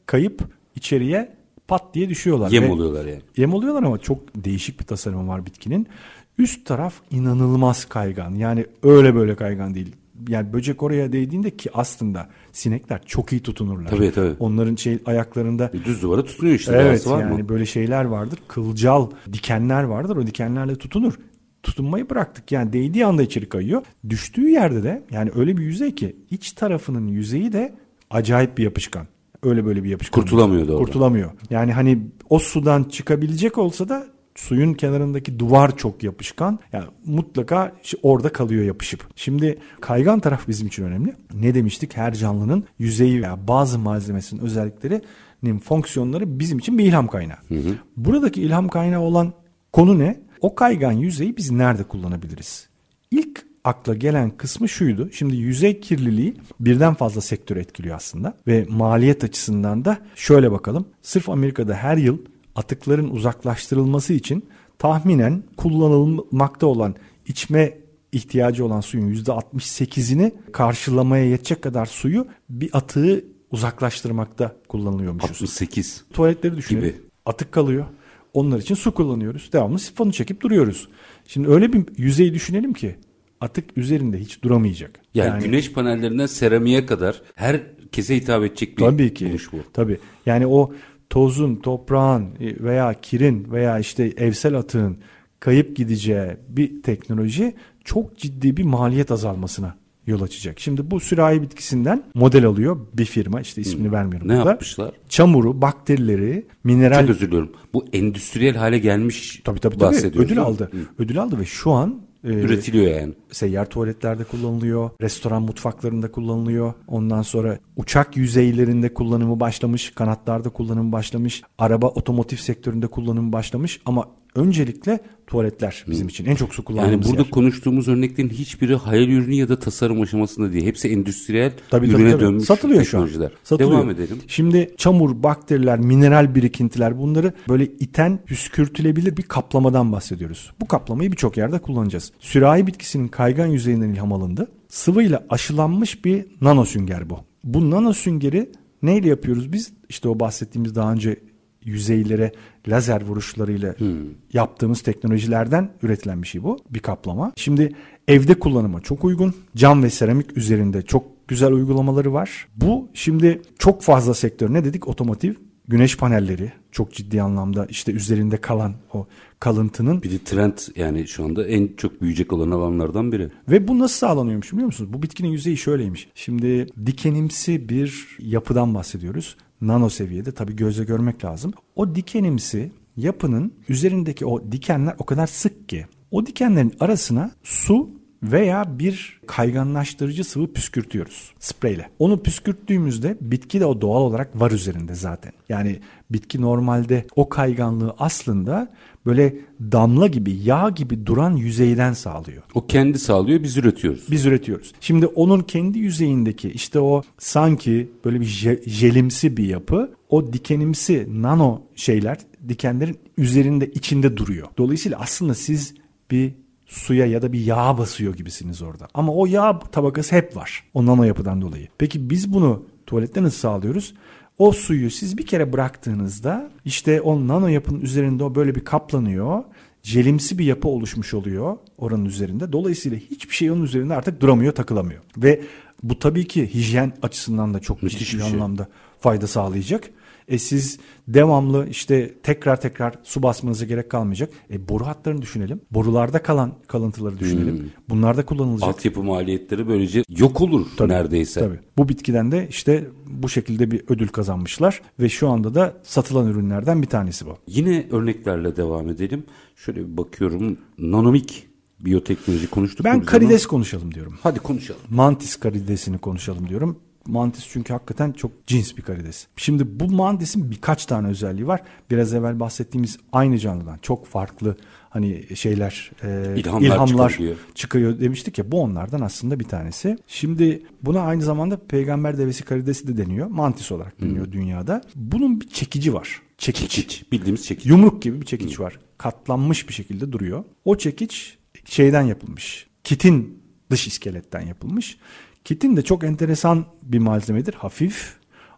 kayıp içeriye pat diye düşüyorlar. Yem Ve oluyorlar yani. Yem oluyorlar ama çok değişik bir tasarımı var bitkinin. Üst taraf inanılmaz kaygan. Yani öyle böyle kaygan değil. Yani böcek oraya değdiğinde ki aslında sinekler çok iyi tutunurlar. Tabii tabii. Onların şey ayaklarında düz duvara tutunuyor işte. Evet var yani mı? böyle şeyler vardır. Kılcal dikenler vardır. O dikenlerle tutunur. Tutunmayı bıraktık. Yani değdiği anda içeri kayıyor. Düştüğü yerde de yani öyle bir yüzey ki iç tarafının yüzeyi de acayip bir yapışkan. Öyle böyle bir yapışkan. Kurtulamıyor da orada. Kurtulamıyor. Yani hani o sudan çıkabilecek olsa da suyun kenarındaki duvar çok yapışkan. Yani mutlaka orada kalıyor yapışıp. Şimdi kaygan taraf bizim için önemli. Ne demiştik? Her canlının yüzeyi veya bazı malzemesinin özelliklerinin fonksiyonları bizim için bir ilham kaynağı. Hı hı. Buradaki ilham kaynağı olan konu ne? O kaygan yüzeyi biz nerede kullanabiliriz? İlk akla gelen kısmı şuydu. Şimdi yüzey kirliliği birden fazla sektör etkiliyor aslında. Ve maliyet açısından da şöyle bakalım. Sırf Amerika'da her yıl atıkların uzaklaştırılması için tahminen kullanılmakta olan içme ihtiyacı olan suyun yüzde altmış sekizini karşılamaya yetecek kadar suyu bir atığı uzaklaştırmakta kullanılıyormuşuz. altmış sekiz Tuvaletleri düşünelim. Gibi. Atık kalıyor. Onlar için su kullanıyoruz. Devamlı sifonu çekip duruyoruz. Şimdi öyle bir yüzeyi düşünelim ki atık üzerinde hiç duramayacak. Yani, yani güneş panellerinden seramiğe kadar herkese hitap edecek bir tabii ki, buluş bu. Tabii. Yani o tozun, toprağın veya kirin veya işte evsel atığın kayıp gideceği bir teknoloji çok ciddi bir maliyet azalmasına yol açacak. Şimdi bu sürahi bitkisinden model alıyor bir firma, işte ismini hmm. vermiyorum. Ne burada. yapmışlar? Çamuru, bakterileri, mineral... Çok özür diliyorum. Bu endüstriyel hale gelmiş tabii, tabii, tabii. Ödül aldı. Hmm. Ödül aldı ve şu an üretiliyor yani. Seyyar tuvaletlerde kullanılıyor. Restoran mutfaklarında kullanılıyor. Ondan sonra uçak yüzeylerinde kullanımı başlamış. Kanatlarda kullanımı başlamış. Araba, otomotiv sektöründe kullanımı başlamış. Ama öncelikle tuvaletler bizim için en çok su kullandığımız Yani burada yer. konuştuğumuz örneklerin hiçbiri hayal ürünü ya da tasarım aşamasında değil. Hepsi endüstriyel tabii, ürüne tabii, tabii. dönmüş Satılıyor teknolojiler. Şu an. Satılıyor. Devam edelim. Şimdi çamur, bakteriler, mineral birikintiler, bunları böyle iten, püskürtülebilir bir kaplamadan bahsediyoruz. Bu kaplamayı birçok yerde kullanacağız. Sürahi bitkisinin kaygan yüzeyinden ilham alındı. Sıvıyla aşılanmış bir nano sünger bu. Bu nano süngeri neyle yapıyoruz biz? İşte o bahsettiğimiz daha önce yüzeylere lazer vuruşlarıyla hmm. yaptığımız teknolojilerden üretilen bir şey bu. Bir kaplama. Şimdi evde kullanıma çok uygun. Cam ve seramik üzerinde çok güzel uygulamaları var. Bu şimdi çok fazla sektör. Ne dedik? Otomotiv, güneş panelleri çok ciddi anlamda işte üzerinde kalan o kalıntının. Bir de trend yani şu anda en çok büyüyecek olan alanlardan biri. Ve bu nasıl sağlanıyormuş biliyor musunuz? Bu bitkinin yüzeyi şöyleymiş. Şimdi dikenimsi bir yapıdan bahsediyoruz. Nano seviyede, tabii gözle görmek lazım. O dikenimsi yapının üzerindeki o dikenler o kadar sık ki o dikenlerin arasına su veya bir kayganlaştırıcı sıvı püskürtüyoruz spreyle. Onu püskürttüğümüzde bitki de o doğal olarak var üzerinde zaten. Yani bitki normalde o kayganlığı aslında böyle damla gibi, yağ gibi duran yüzeyden sağlıyor. O kendi sağlıyor, biz üretiyoruz. Biz üretiyoruz. Şimdi onun kendi yüzeyindeki işte o sanki böyle bir je- jelimsi bir yapı, o dikenimsi nano şeyler dikenlerin üzerinde, içinde duruyor. Dolayısıyla aslında siz bir suya ya da bir yağa basıyor gibisiniz orada. Ama o yağ tabakası hep var. O nano yapıdan dolayı. Peki biz bunu tuvalette nasıl sağlıyoruz? O suyu siz bir kere bıraktığınızda işte o nano yapının üzerinde o böyle bir kaplanıyor. Jelimsi bir yapı oluşmuş oluyor oranın üzerinde. Dolayısıyla hiçbir şey onun üzerinde artık duramıyor, takılamıyor. Ve bu tabii ki hijyen açısından da çok müthiş bir şey. anlamda fayda sağlayacak. E siz devamlı işte tekrar tekrar su basmanıza gerek kalmayacak. E boru hatlarını düşünelim. Borularda kalan kalıntıları düşünelim. Hmm. Bunlar da kullanılacak. Altyapı maliyetleri böylece yok olur tabii, neredeyse. Tabii. Bu bitkiden de işte bu şekilde bir ödül kazanmışlar ve şu anda da satılan ürünlerden bir tanesi bu. Yine örneklerle devam edelim. Şöyle bir bakıyorum. Nanomik biyoteknoloji konuştuk. Ben karides zaman konuşalım diyorum. Hadi konuşalım. Mantis karidesini konuşalım diyorum. Mantis çünkü hakikaten çok cins bir karides. Şimdi bu mantisin birkaç tane özelliği var. Biraz evvel bahsettiğimiz aynı canlıdan çok farklı hani şeyler, e, ilhamlar, ilhamlar çıkıyor. çıkıyor demiştik ya, bu onlardan aslında bir tanesi. Şimdi buna aynı zamanda peygamber devesi karidesi de deniyor. Mantis olarak biliniyor hmm. dünyada. Bunun bir çekici var. Çekiç. Çekiç. Bildiğimiz çekiç. Yumruk gibi bir çekiç hmm. var. Katlanmış bir şekilde duruyor. O çekiç şeyden yapılmış. Kitin dış iskeletten yapılmış. Kitin de çok enteresan bir malzemedir. Hafif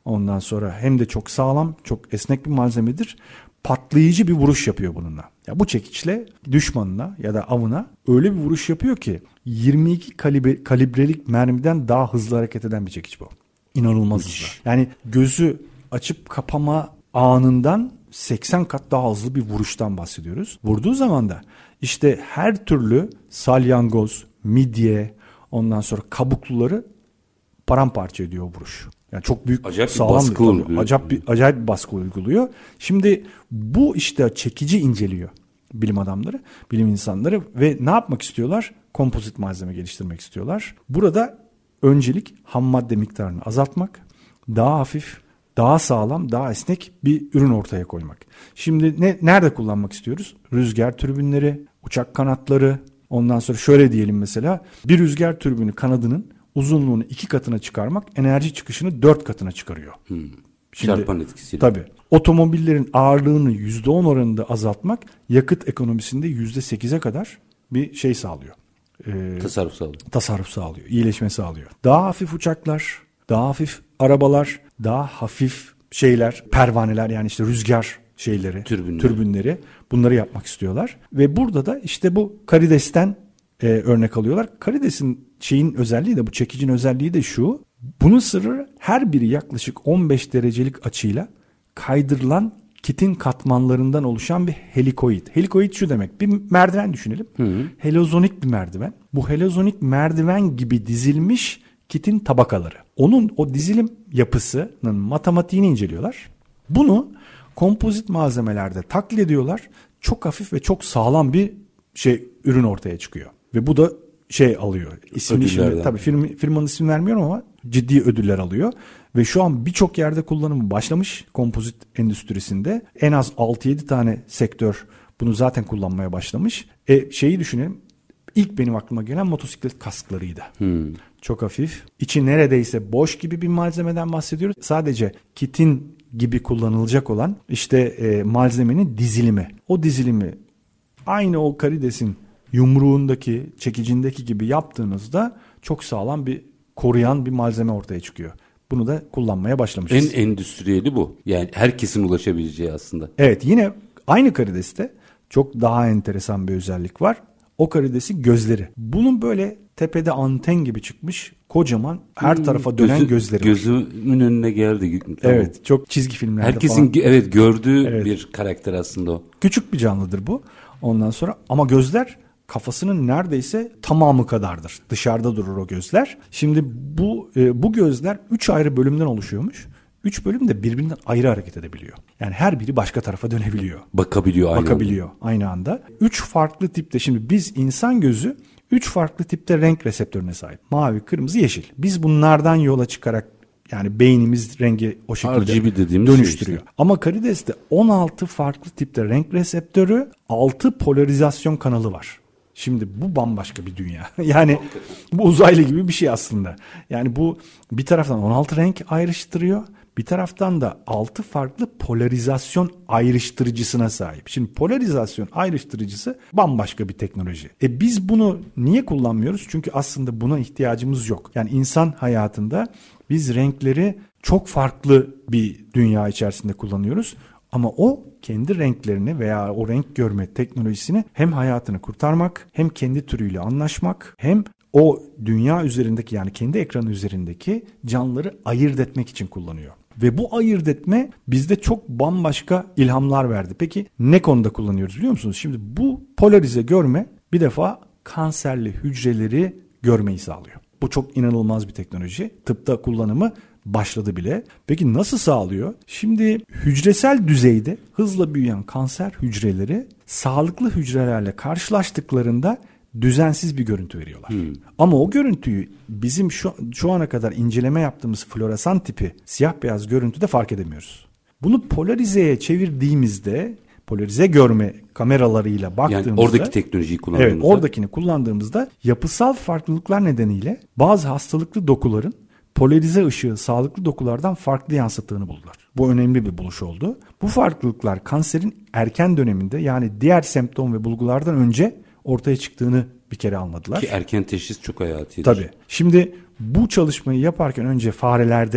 Ondan sonra hem de çok sağlam, çok esnek bir malzemedir. Patlayıcı bir vuruş yapıyor bununla. Ya bu çekiçle düşmanına ya da avına öyle bir vuruş yapıyor ki yirmi iki kalibre, kalibrelik mermiden daha hızlı hareket eden bir çekiç bu. İnanılmaz hızlı. Yani gözü açıp kapama anından seksen kat daha hızlı bir vuruştan bahsediyoruz. Vurduğu zaman da işte her türlü salyangoz, midye, ondan sonra kabukluları paramparça ediyor o vuruş. Yani çok büyük, acayip sağlam bir baskı bir, uyguluyor. Acayip bir, acayip bir baskı uyguluyor. Şimdi bu işte çekici inceliyor bilim adamları, bilim insanları ve ne yapmak istiyorlar? Kompozit malzeme geliştirmek istiyorlar. Burada öncelik ham madde miktarını azaltmak, daha hafif, daha sağlam, daha esnek bir ürün ortaya koymak. Şimdi ne nerede kullanmak istiyoruz? Rüzgar türbinleri, uçak kanatları, ondan sonra şöyle diyelim mesela bir rüzgar türbini kanadının uzunluğunu iki katına çıkarmak enerji çıkışını dört katına çıkarıyor. Hmm. Şimdi, çarpan etkisiyle. Tabii. Otomobillerin ağırlığını yüzde on oranında azaltmak yakıt ekonomisinde yüzde sekize kadar bir şey sağlıyor. Ee, tasarruf sağlıyor. Tasarruf sağlıyor. İyileşme sağlıyor. Daha hafif uçaklar, daha hafif arabalar, daha hafif şeyler, pervaneler yani işte rüzgar şeyleri, Türbünleri. türbünleri bunları yapmak istiyorlar. Ve burada da işte bu karidesten e, örnek alıyorlar. Karidesin şeyin özelliği de bu çekicin özelliği de şu. Bunun sırrı her biri yaklaşık on beş derecelik açıyla kaydırılan kitin katmanlarından oluşan bir helikoid. Helikoid şu demek. Bir merdiven düşünelim. Hı hı. Helozonik bir merdiven. Bu helozonik merdiven gibi dizilmiş kitin tabakaları. Onun o dizilim yapısının matematiğini inceliyorlar. Bunu kompozit malzemelerde taklit ediyorlar. Çok hafif ve çok sağlam bir şey ürün ortaya çıkıyor. Ve bu da şey alıyor. İsmini şimdi, tabii firma, firmanın ismini vermiyorum ama ciddi ödüller alıyor. Ve şu an birçok yerde kullanımı başlamış kompozit endüstrisinde. En az altı yedi tane sektör bunu zaten kullanmaya başlamış. E şeyi düşünelim. İlk benim aklıma gelen motosiklet kasklarıydı. Hmm. Çok hafif. İçi neredeyse boş gibi bir malzemeden bahsediyoruz. Sadece kitin gibi kullanılacak olan işte e, malzemenin dizilimi. O dizilimi aynı o karidesin yumruğundaki, çekicindeki gibi yaptığınızda çok sağlam bir koruyan bir malzeme ortaya çıkıyor. Bunu da kullanmaya başlamışız. En endüstriyeli bu. Yani herkesin ulaşabileceği aslında. Evet, yine aynı karideste çok daha enteresan bir özellik var. O karidesin gözleri. Bunun böyle tepede anten gibi çıkmış kocaman her tarafa dönen Gözü, gözleri var. Gözümün önüne geldi. Tamam. Evet, çok çizgi filmlerde herkesin falan. evet gördüğü evet. bir karakter aslında o. Küçük bir canlıdır bu. Ondan sonra ama gözler kafasının neredeyse tamamı kadardır. Dışarıda durur o gözler. Şimdi bu e, bu gözler üç ayrı bölümden oluşuyormuş. Üç bölüm de birbirinden ayrı hareket edebiliyor. Yani her biri başka tarafa dönebiliyor. Bakabiliyor aynı Bakabiliyor anda. aynı anda. Üç farklı tipte, şimdi biz insan gözü üç farklı tipte renk reseptörüne sahip. Mavi, kırmızı, yeşil. Biz bunlardan yola çıkarak yani beynimiz rengi o şekilde R G B dediğimiz dönüştürüyor. Şey işte. Ama karideste on altı farklı tipte renk reseptörü, altı polarizasyon kanalı var. Şimdi bu bambaşka bir dünya. Yani bu uzaylı gibi bir şey aslında. Yani bu bir taraftan on altı renk ayrıştırıyor. Bir taraftan da altı farklı polarizasyon ayrıştırıcısına sahip. Şimdi polarizasyon ayrıştırıcısı bambaşka bir teknoloji. E biz bunu niye kullanmıyoruz? Çünkü aslında buna ihtiyacımız yok. Yani insan hayatında biz renkleri çok farklı bir dünya içerisinde kullanıyoruz. Ama o kendi renklerini veya o renk görme teknolojisini hem hayatını kurtarmak, hem kendi türüyle anlaşmak, hem o dünya üzerindeki yani kendi ekranı üzerindeki canlıları ayırt etmek için kullanıyor. Ve bu ayırt etme bizde çok bambaşka ilhamlar verdi. Peki ne konuda kullanıyoruz biliyor musunuz? Şimdi bu polarize görme bir defa kanserli hücreleri görmeyi sağlıyor. Bu çok inanılmaz bir teknoloji. Tıpta kullanımı başladı bile. Peki nasıl sağlıyor? Şimdi hücresel düzeyde hızla büyüyen kanser hücreleri sağlıklı hücrelerle karşılaştıklarında düzensiz bir görüntü veriyorlar. Hmm. Ama o görüntüyü bizim şu, şu ana kadar inceleme yaptığımız floresan tipi siyah beyaz görüntüde fark edemiyoruz. Bunu polarizeye çevirdiğimizde, polarize görme kameralarıyla baktığımızda, yani oradaki teknolojiyi kullandığımızda, evet, oradakini kullandığımızda yapısal farklılıklar nedeniyle bazı hastalıklı dokuların polarize ışığı sağlıklı dokulardan farklı yansıttığını buldular. Bu önemli bir buluş oldu. Bu farklılıklar kanserin erken döneminde yani diğer semptom ve bulgulardan önce ortaya çıktığını bir kere anladılar. Ki erken teşhis çok hayatidir. Tabii. Şimdi bu çalışmayı yaparken önce farelerde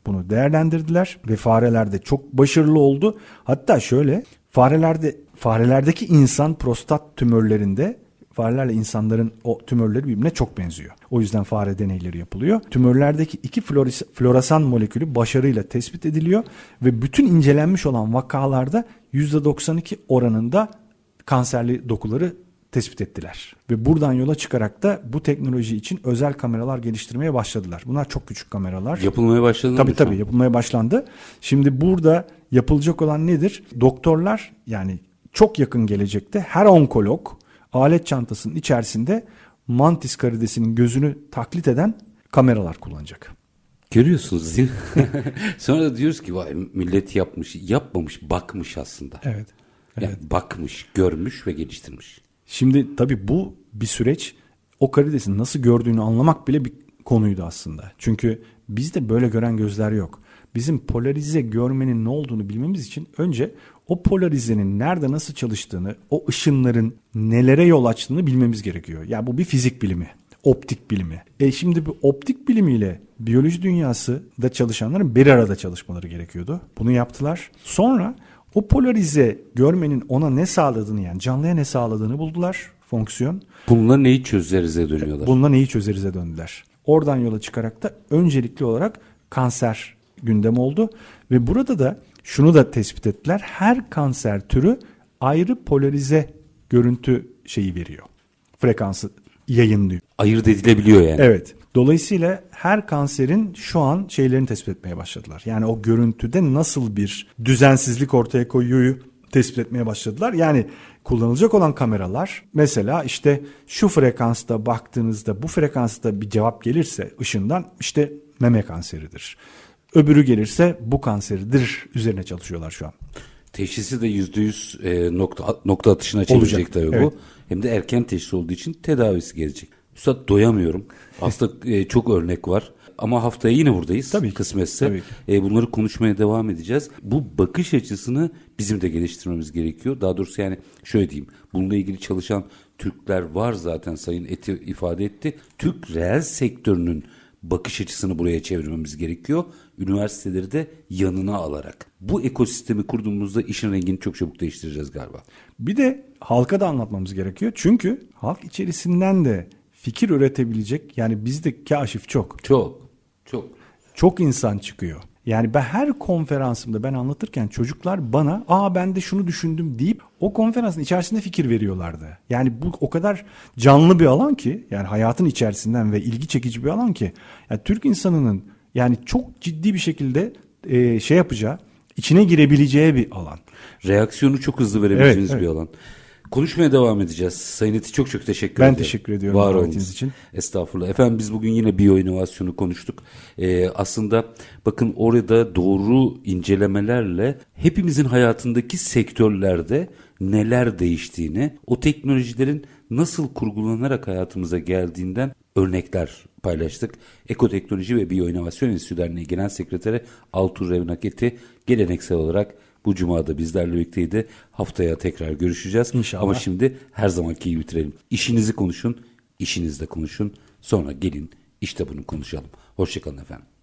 bunu değerlendirdiler ve farelerde çok başarılı oldu. Hatta şöyle farelerde farelerdeki insan prostat tümörlerinde farelerle insanların o tümörleri birbirine çok benziyor. O yüzden fare deneyleri yapılıyor. Tümörlerdeki iki floris, floresan molekülü başarıyla tespit ediliyor ve bütün incelenmiş olan vakalarda yüzde doksan iki oranında kanserli dokuları tespit ettiler. Ve buradan yola çıkarak da bu teknoloji için özel kameralar geliştirmeye başladılar. Bunlar çok küçük kameralar. Yapılmaya başladı tabii mı? Tabii tabii yapılmaya başlandı. Şimdi burada yapılacak olan nedir? Doktorlar yani çok yakın gelecekte her onkolog alet çantasının içerisinde mantis karidesinin gözünü taklit eden kameralar kullanacak. Görüyorsunuz değil mi? Sonra da diyoruz ki vay millet yapmış, yapmamış, bakmış aslında. Evet. Yani evet. bakmış, görmüş ve geliştirmiş. Şimdi tabii bu bir süreç. O karidesin nasıl gördüğünü anlamak bile bir konuydu aslında. Çünkü bizde böyle gören gözler yok. Bizim polarize görmenin ne olduğunu bilmemiz için önce o polarizenin nerede nasıl çalıştığını, o ışınların nelere yol açtığını bilmemiz gerekiyor. Yani bu bir fizik bilimi, optik bilimi. E şimdi bu optik bilimiyle biyoloji dünyası da çalışanların bir arada çalışmaları gerekiyordu. Bunu yaptılar. Sonra o polarize görmenin ona ne sağladığını, yani canlıya ne sağladığını buldular, fonksiyon. Bununla neyi çözerize dönüyorlar? Bununla neyi çözerize döndüler. Oradan yola çıkarak da öncelikli olarak kanser gündem oldu ve burada da şunu da tespit ettiler. Her kanser türü ayrı polarize görüntü şeyi veriyor. Frekansı yayınlıyor. Ayırt edilebiliyor yani. Evet. Dolayısıyla her kanserin şu an şeylerini tespit etmeye başladılar. Yani o görüntüde nasıl bir düzensizlik ortaya koyuyor tespit etmeye başladılar. Yani kullanılacak olan kameralar mesela işte şu frekansta baktığınızda bu frekansta bir cevap gelirse ışından işte meme kanseridir. Öbürü gelirse bu kanseridir üzerine çalışıyorlar şu an. Teşhisi de yüzde yüz e, nokta, nokta atışına çevirecek tabii bu. Evet. Hem de erken teşhis olduğu için tedavisi gelecek. Üstad doyamıyorum. Aslında e, çok örnek var. Ama haftaya yine buradayız. Tabii ki. Kısmetse. Tabii ki. E, bunları konuşmaya devam edeceğiz. Bu bakış açısını bizim de geliştirmemiz gerekiyor. Daha doğrusu yani şöyle diyeyim. Bununla ilgili çalışan Türkler var zaten, Sayın Eti ifade etti. Türk reel sektörünün bakış açısını buraya çevirmemiz gerekiyor. Üniversiteleri de yanına alarak. Bu ekosistemi kurduğumuzda işin rengini çok çabuk değiştireceğiz galiba. Bir de halka da anlatmamız gerekiyor. Çünkü halk içerisinden de fikir üretebilecek, yani bizde kaşif çok. Çok, çok. Çok insan çıkıyor. Yani ben her konferansımda ben anlatırken çocuklar bana aa ben de şunu düşündüm deyip o konferansın içerisinde fikir veriyorlardı. Yani bu o kadar canlı bir alan ki, yani hayatın içerisinden ve ilgi çekici bir alan ki, yani Türk insanının yani çok ciddi bir şekilde e, şey yapacağı, içine girebileceği bir alan. Reaksiyonu çok hızlı verebileceğiniz evet, bir evet. alan. Konuşmaya devam edeceğiz. Sayın Eti çok çok teşekkür ben ederim. Ben teşekkür ediyorum Var davetiniz için. Estağfurullah. Efendim biz bugün yine biyo inovasyonu konuştuk. Ee, aslında bakın orada doğru incelemelerle hepimizin hayatındaki sektörlerde neler değiştiğini, o teknolojilerin nasıl kurgulanarak hayatımıza geldiğinden örnekler paylaştık. Ekoteknoloji ve Biyo İnovasyon Enstitüsü Derneği Genel Sekreteri Altuğ Revnak Eti geleneksel olarak bu cumada bizlerle birlikteydi. Haftaya tekrar görüşeceğiz. İnşallah. Ama şimdi her zamanki gibi bitirelim. İşinizi konuşun, işinizde konuşun. Sonra gelin işte bunu konuşalım. Hoşçakalın efendim.